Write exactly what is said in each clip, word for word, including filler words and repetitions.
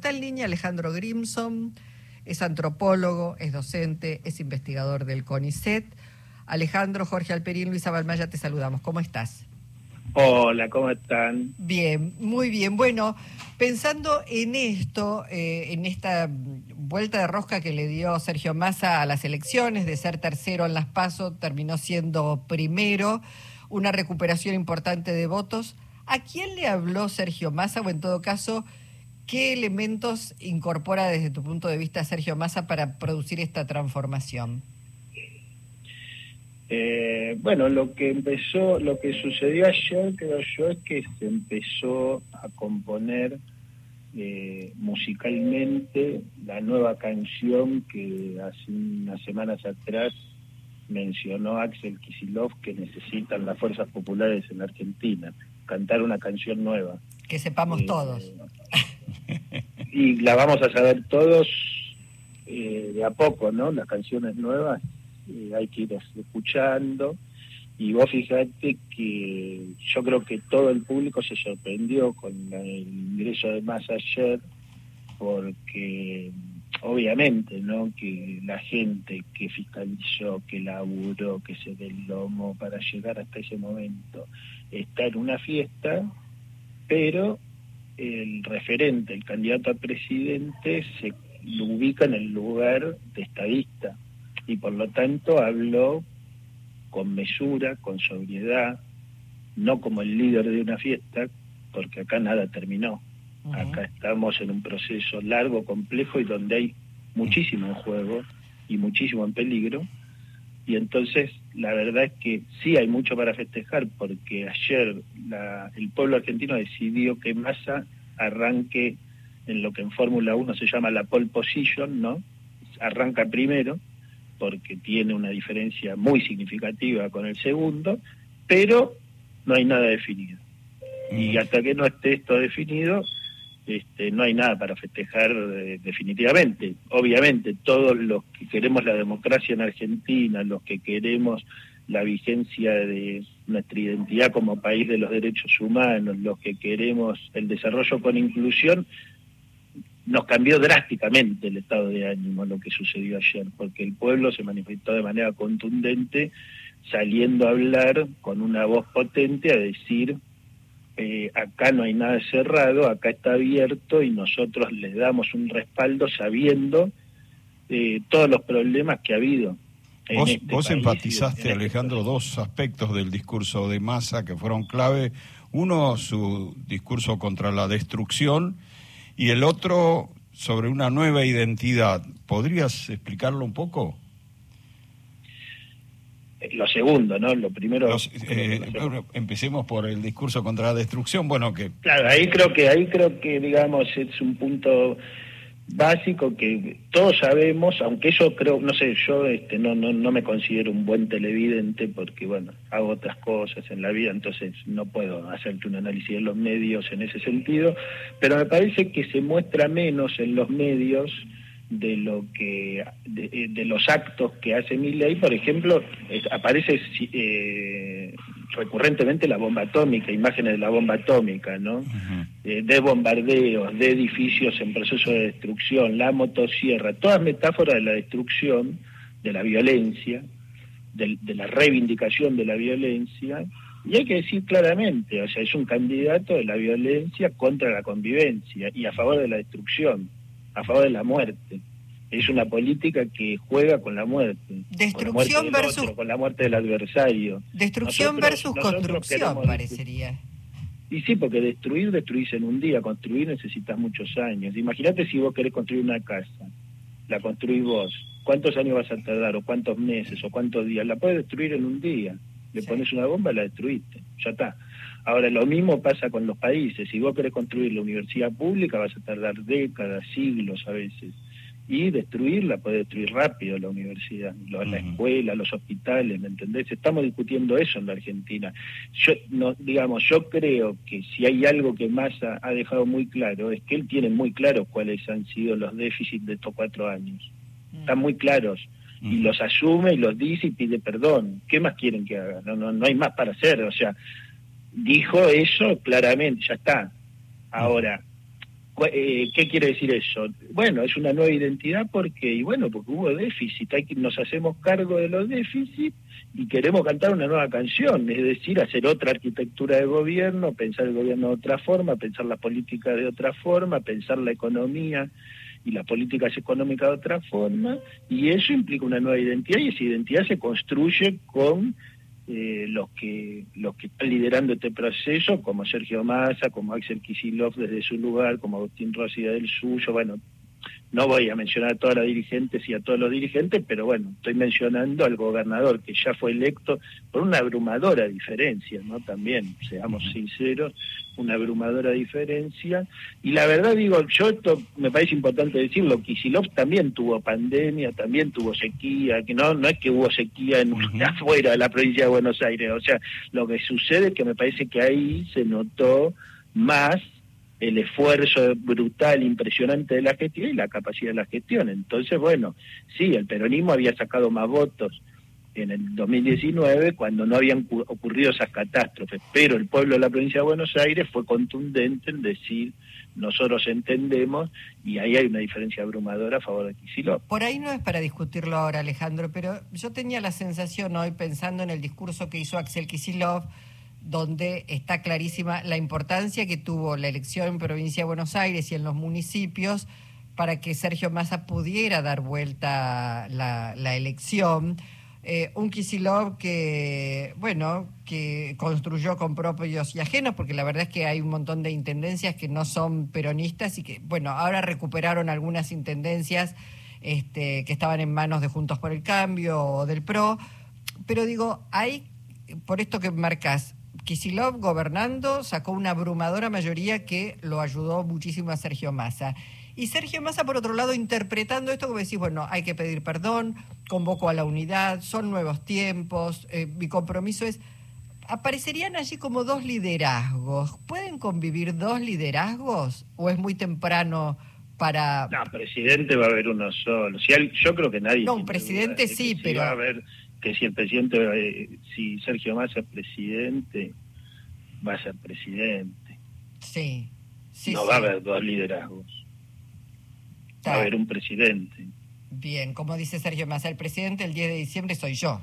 Está en línea Alejandro Grimson, es antropólogo, es docente, es investigador del CONICET. Alejandro, Jorge Alperín, Luisa Balmaya, te saludamos. ¿Cómo estás? Hola, ¿cómo están? Bien, muy bien. Bueno, pensando en esto, eh, en esta vuelta de rosca que le dio Sergio Massa a las elecciones, de ser tercero en las PASO, terminó siendo primero, una recuperación importante de votos. ¿A quién le habló Sergio Massa, o en todo caso, qué elementos incorpora desde tu punto de vista Sergio Massa para producir esta transformación? Eh, bueno, lo que empezó, lo que sucedió ayer, creo yo, es que se empezó a componer eh, musicalmente la nueva canción que hace unas semanas atrás mencionó Axel Kicillof, que necesitan las fuerzas populares en Argentina, cantar una canción nueva. Que sepamos eh, todos. Y la vamos a saber todos eh, de a poco, ¿no? Las canciones nuevas. Eh, hay que ir escuchando, y vos fijate que yo creo que todo el público se sorprendió con el ingreso de Massa ayer, porque obviamente, ¿no?, que la gente que fiscalizó, que laburó, que se dé el lomo para llegar hasta ese momento, está en una fiesta, pero el referente, el candidato a presidente, se lo ubica en el lugar de estadista, y por lo tanto habló con mesura, con sobriedad, no como el líder de una fiesta, porque acá nada terminó. Uh-huh. Acá estamos en un proceso largo, complejo, y donde hay muchísimo en juego y muchísimo en peligro, y entonces la verdad es que sí hay mucho para festejar, porque ayer la, el pueblo argentino decidió que Massa arranque en lo que en Fórmula uno se llama la pole position, ¿no? Arranca primero, porque tiene una diferencia muy significativa con el segundo, pero no hay nada definido. Y hasta que no esté esto definido, este, no hay nada para festejar eh, definitivamente. Obviamente, todos los que queremos la democracia en Argentina, los que queremos la vigencia de nuestra identidad como país de los derechos humanos, los que queremos el desarrollo con inclusión, nos cambió drásticamente el estado de ánimo lo que sucedió ayer, porque el pueblo se manifestó de manera contundente, saliendo a hablar con una voz potente, a decir, eh, acá no hay nada cerrado, acá está abierto, y nosotros les damos un respaldo sabiendo eh, todos los problemas que ha habido. Vos, este vos enfatizaste, en Alejandro, este dos aspectos del discurso de Massa que fueron clave. Uno, su discurso contra la destrucción, y el otro sobre una nueva identidad. ¿Podrías explicarlo un poco? Lo segundo, ¿no? Lo primero... Los, eh, bueno, empecemos por el discurso contra la destrucción. Bueno, que... Claro, ahí creo que, ahí creo que digamos, es un punto básico que todos sabemos, aunque yo creo, no sé, yo este no no no me considero un buen televidente, porque bueno, hago otras cosas en la vida, entonces no puedo hacerte un análisis de los medios en ese sentido, pero me parece que se muestra menos en los medios de lo que de, de los actos que hace Milei. Por ejemplo, es, aparece eh, recurrentemente la bomba atómica, imágenes de la bomba atómica, ¿no? Uh-huh. eh, de bombardeos, de edificios en proceso de destrucción, la motosierra, todas metáforas de la destrucción, de la violencia, de, de la reivindicación de la violencia. Y hay que decir claramente, o sea, es un candidato de la violencia contra la convivencia y a favor de la destrucción, a favor de la muerte. Es una política que juega con la muerte. Destrucción con la muerte versus... otro, con la muerte del adversario. Destrucción nosotros, versus nosotros construcción, queremos... parecería. Y sí, porque destruir, destruís en un día. Construir necesitas muchos años. Imagínate si vos querés construir una casa. La construís vos. ¿Cuántos años vas a tardar? ¿O cuántos meses? ¿O cuántos días? La podés destruir en un día. Le sí. pones una bomba, la destruiste. Ya está. Ahora, lo mismo pasa con los países. Si vos querés construir la universidad pública, vas a tardar décadas, siglos a veces. Y destruirla, puede destruir rápido la universidad, la uh-huh. escuela, los hospitales, ¿me entendés? Estamos discutiendo eso en la Argentina. Yo, no, digamos, yo creo que si hay algo que Massa ha dejado muy claro, es que él tiene muy claro cuáles han sido los déficits de estos cuatro años. Uh-huh. Están muy claros. Uh-huh. Y los asume y los dice y pide perdón. ¿Qué más quieren que haga? No, no, no hay más para hacer, o sea... Dijo eso claramente, ya está. Ahora, Eh, ¿Qué quiere decir eso? Bueno, es una nueva identidad porque, y bueno, porque hubo déficit, hay que, nos hacemos cargo de los déficits y queremos cantar una nueva canción, es decir, hacer otra arquitectura de gobierno, pensar el gobierno de otra forma, pensar la política de otra forma, pensar la economía y las políticas económicas de otra forma, y eso implica una nueva identidad, y esa identidad se construye con Eh, los que los que están liderando este proceso, como Sergio Massa, como Axel Kicillof desde su lugar, como Agustín Rossi del suyo. Bueno, no voy a mencionar a todas las dirigentes y a todos los dirigentes, pero bueno, estoy mencionando al gobernador que ya fue electo por una abrumadora diferencia, ¿no? También, seamos sinceros, una abrumadora diferencia. Y la verdad, digo, yo esto me parece importante decirlo, Kicillof también tuvo pandemia, también tuvo sequía, que no no es que hubo sequía en uh-huh. afuera de la provincia de Buenos Aires, o sea, lo que sucede es que me parece que ahí se notó más el esfuerzo brutal, impresionante de la gestión y la capacidad de la gestión. Entonces, bueno, sí, el peronismo había sacado más votos en el dos mil diecinueve cuando no habían ocurrido esas catástrofes, pero el pueblo de la provincia de Buenos Aires fue contundente en decir, nosotros entendemos, y ahí hay una diferencia abrumadora a favor de Kicillof. Por ahí no es para discutirlo ahora, Alejandro, pero yo tenía la sensación hoy, pensando en el discurso que hizo Axel Kicillof, donde está clarísima la importancia que tuvo la elección en Provincia de Buenos Aires y en los municipios para que Sergio Massa pudiera dar vuelta la, la elección. Eh, un Kicillof que, bueno, que construyó con propios y ajenos, porque la verdad es que hay un montón de intendencias que no son peronistas y que, bueno, ahora recuperaron algunas intendencias este, que estaban en manos de Juntos por el Cambio o del P R O, pero digo, hay, por esto que marcas, Kicillof gobernando sacó una abrumadora mayoría que lo ayudó muchísimo a Sergio Massa. Y Sergio Massa, por otro lado, interpretando esto, como decís, bueno, hay que pedir perdón, convoco a la unidad, son nuevos tiempos, eh, mi compromiso es... Aparecerían allí como dos liderazgos. ¿Pueden convivir dos liderazgos o es muy temprano para...? No, presidente va a haber uno solo. Si hay, yo creo que nadie... No, un presidente sí, si pero... va a haber, que si el presidente, eh, si Sergio Massa es presidente, va a ser presidente. Sí, sí, No sí. va a haber dos liderazgos. Va a haber un presidente. Bien, como dice Sergio Massa, el presidente el diez de diciembre soy yo.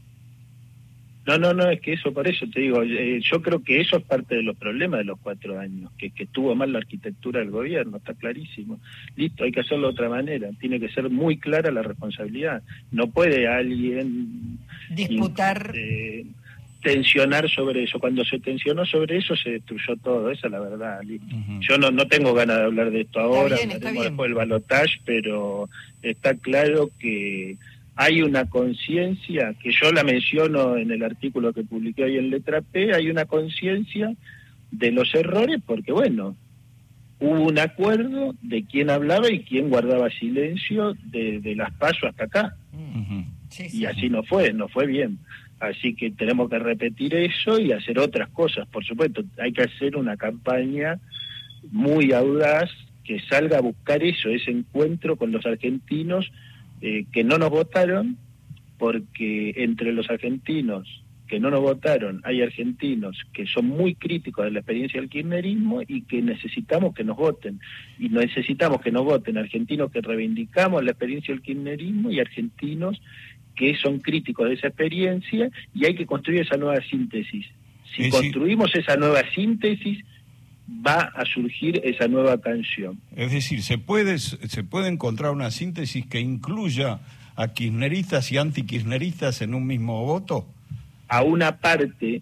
No, no, no, es que eso, por eso te digo, eh, yo creo que eso es parte de los problemas de los cuatro años, que, que estuvo mal la arquitectura del gobierno, está clarísimo. Listo, hay que hacerlo de otra manera, tiene que ser muy clara la responsabilidad. No puede alguien... disputar... Eh, tensionar sobre eso. Cuando se tensionó sobre eso se destruyó todo, esa es la verdad. Uh-huh. Yo no no tengo ganas de hablar de esto ahora, hablaremos después del balotaje, pero está claro que hay una conciencia, que yo la menciono en el artículo que publiqué hoy en Letra P, hay una conciencia de los errores, porque bueno, hubo un acuerdo de quién hablaba y quién guardaba silencio de, de las PASO hasta acá. Uh-huh. Sí, sí. Y así no fue, no fue bien. Así que tenemos que repetir eso y hacer otras cosas. Por supuesto, hay que hacer una campaña muy audaz que salga a buscar eso, ese encuentro con los argentinos eh, que no nos votaron, porque entre los argentinos que no nos votaron hay argentinos que son muy críticos de la experiencia del kirchnerismo y que necesitamos que nos voten. Y necesitamos que nos voten argentinos que reivindicamos la experiencia del kirchnerismo y argentinos que son críticos de esa experiencia, y hay que construir esa nueva síntesis. Si es construimos decir, esa nueva síntesis, va a surgir esa nueva canción. Es decir, ¿se puede, se puede encontrar una síntesis que incluya a kirchneristas y antikirchneristas en un mismo voto? A una parte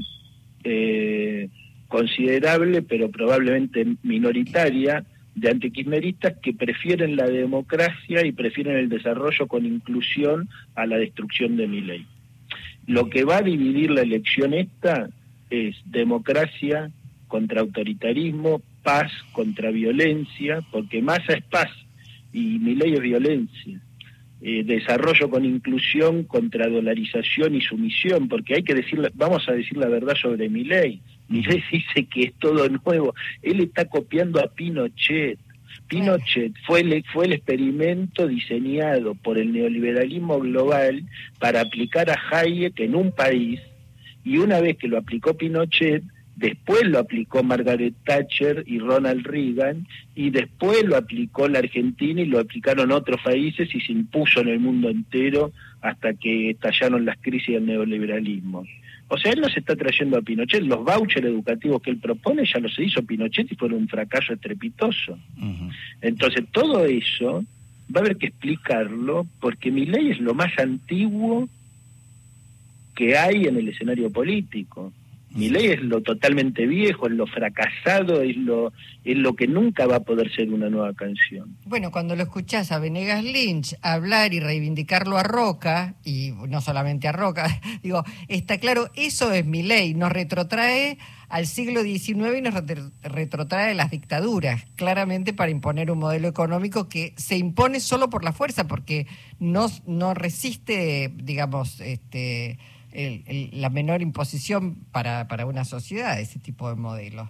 eh, considerable, pero probablemente minoritaria, de antikirchneristas que prefieren la democracia y prefieren el desarrollo con inclusión a la destrucción de Milei. Lo que va a dividir la elección esta es democracia contra autoritarismo, paz contra violencia, porque Massa es paz y Milei es violencia. Eh, desarrollo con inclusión contra dolarización y sumisión, porque hay que decir, vamos a decir la verdad sobre Milei. Milei dice que es todo nuevo. Él está copiando a Pinochet. Pinochet fue el, fue el experimento diseñado por el neoliberalismo global para aplicar a Hayek en un país, y una vez que lo aplicó Pinochet, después lo aplicó Margaret Thatcher y Ronald Reagan, y después lo aplicó la Argentina y lo aplicaron otros países y se impuso en el mundo entero hasta que estallaron las crisis del neoliberalismo. O sea, él no se está trayendo a Pinochet, los vouchers educativos que él propone ya los hizo Pinochet y fueron un fracaso estrepitoso. Uh-huh. Entonces, todo eso va a haber que explicarlo, porque Milei es lo más antiguo que hay en el escenario político. Milei es lo totalmente viejo, es lo fracasado, es lo es lo que nunca va a poder ser una nueva canción. Bueno, cuando lo escuchás a Venegas Lynch hablar y reivindicarlo a Roca, y no solamente a Roca, digo, está claro, eso es Milei, nos retrotrae al siglo diecinueve y nos retrotrae a las dictaduras, claramente para imponer un modelo económico que se impone solo por la fuerza, porque no, no resiste, digamos, este... El, el, la menor imposición para, para una sociedad, ese tipo de modelos.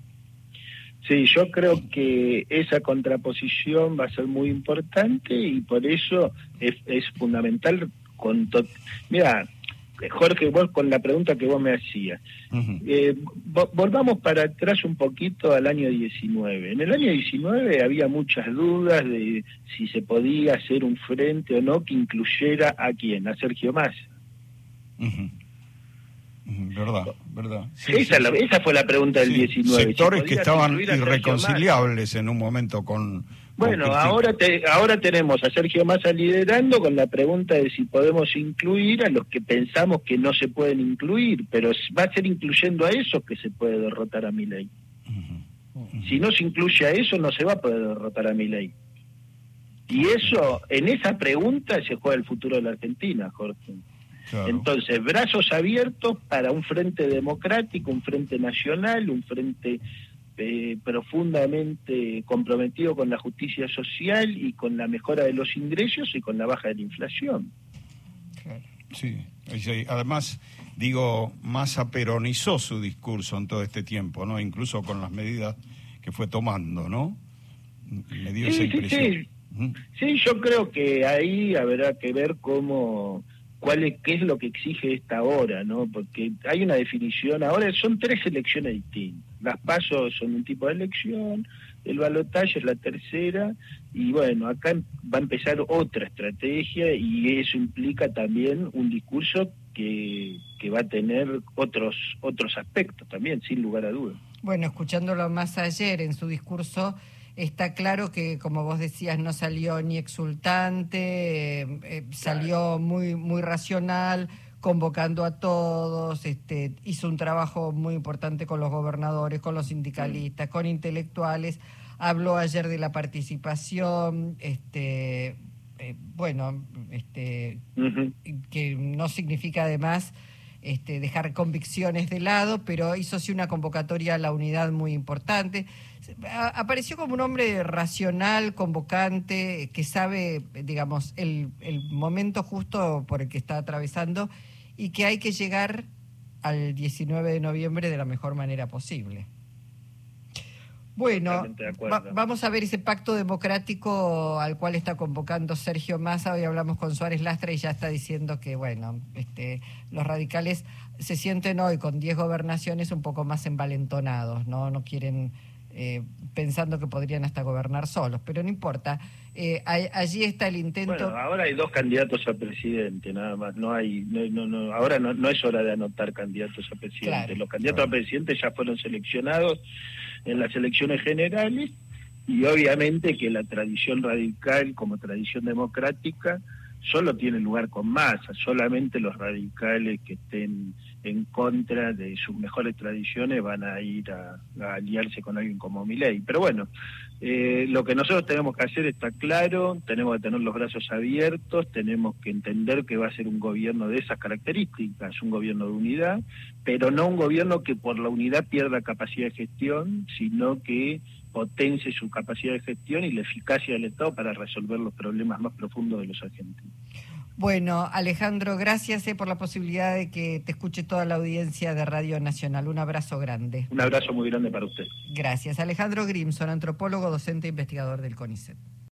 Sí, yo creo que esa contraposición va a ser muy importante y por eso es, es fundamental. Con to- Mira, Jorge, vos con la pregunta que vos me hacías, uh-huh. eh, vo- volvamos para atrás un poquito al año diecinueve. En el año diecinueve había muchas dudas de si se podía hacer un frente o no que incluyera a quién, a Sergio Massa. Uh-huh. Verdad, verdad. Sí, esa, sí, la, sí. esa fue la pregunta del sí, diecinueve. Sectores si que estaban irreconciliables en un momento con... Bueno, con ahora te, ahora tenemos a Sergio Massa liderando con la pregunta de si podemos incluir a los que pensamos que no se pueden incluir, pero va a ser incluyendo a esos que se puede derrotar a Milei. Uh-huh. Uh-huh. Si no se incluye a eso, no se va a poder derrotar a Milei. Y eso, en esa pregunta se juega el futuro de la Argentina, Jorge. Claro. Entonces, brazos abiertos para un frente democrático, un frente nacional, un frente eh, profundamente comprometido con la justicia social y con la mejora de los ingresos y con la baja de la inflación. Sí, sí. Además, digo, Massa peronizó su discurso en todo este tiempo, ¿no? Incluso con las medidas que fue tomando, ¿no? Me dio sí, esa impresión. Sí, sí. ¿Mm? Sí, yo creo que ahí habrá que ver cómo... cuál es, qué es lo que exige esta hora, ¿no? Porque hay una definición, ahora son tres elecciones distintas. Las PASO son un tipo de elección, el balotaje es la tercera, y bueno, acá va a empezar otra estrategia y eso implica también un discurso que, que va a tener otros, otros aspectos también, sin lugar a dudas. Bueno, escuchándolo más ayer en su discurso, está claro que, como vos decías, no salió ni exultante, eh, eh, salió muy muy racional, convocando a todos, este, hizo un trabajo muy importante con los gobernadores, con los sindicalistas, con intelectuales, habló ayer de la participación, este, eh, bueno, este, uh-huh. que no significa además... Este, dejar convicciones de lado, pero hizo sí una convocatoria a la unidad muy importante. A, apareció como un hombre racional, convocante, que sabe, digamos, el, el momento justo por el que está atravesando y que hay que llegar al diecinueve de noviembre de la mejor manera posible. Bueno, va, vamos a ver ese pacto democrático al cual está convocando Sergio Massa. Hoy hablamos con Suárez Lastra y ya está diciendo que, bueno, este, los radicales se sienten hoy con diez gobernaciones un poco más envalentonados, ¿no? No quieren, eh, pensando que podrían hasta gobernar solos, pero no importa. Eh, a, allí está el intento... Bueno, ahora hay dos candidatos a presidente, nada más. No hay, no, no, no ahora no, no es hora de anotar candidatos a presidente. Claro, los candidatos claro. a presidente ya fueron seleccionados en las elecciones generales y obviamente que la tradición radical como tradición democrática solo tiene lugar con Massa, solamente los radicales que estén en contra de sus mejores tradiciones van a ir a, a aliarse con alguien como Milei. Pero bueno, eh, lo que nosotros tenemos que hacer está claro, tenemos que tener los brazos abiertos, tenemos que entender que va a ser un gobierno de esas características, un gobierno de unidad, pero no un gobierno que por la unidad pierda capacidad de gestión, sino que potencie su capacidad de gestión y la eficacia del Estado para resolver los problemas más profundos de los argentinos. Bueno, Alejandro, gracias eh, por la posibilidad de que te escuche toda la audiencia de Radio Nacional. Un abrazo grande. Un abrazo muy grande para usted. Gracias. Alejandro Grimson, antropólogo, docente e investigador del CONICET.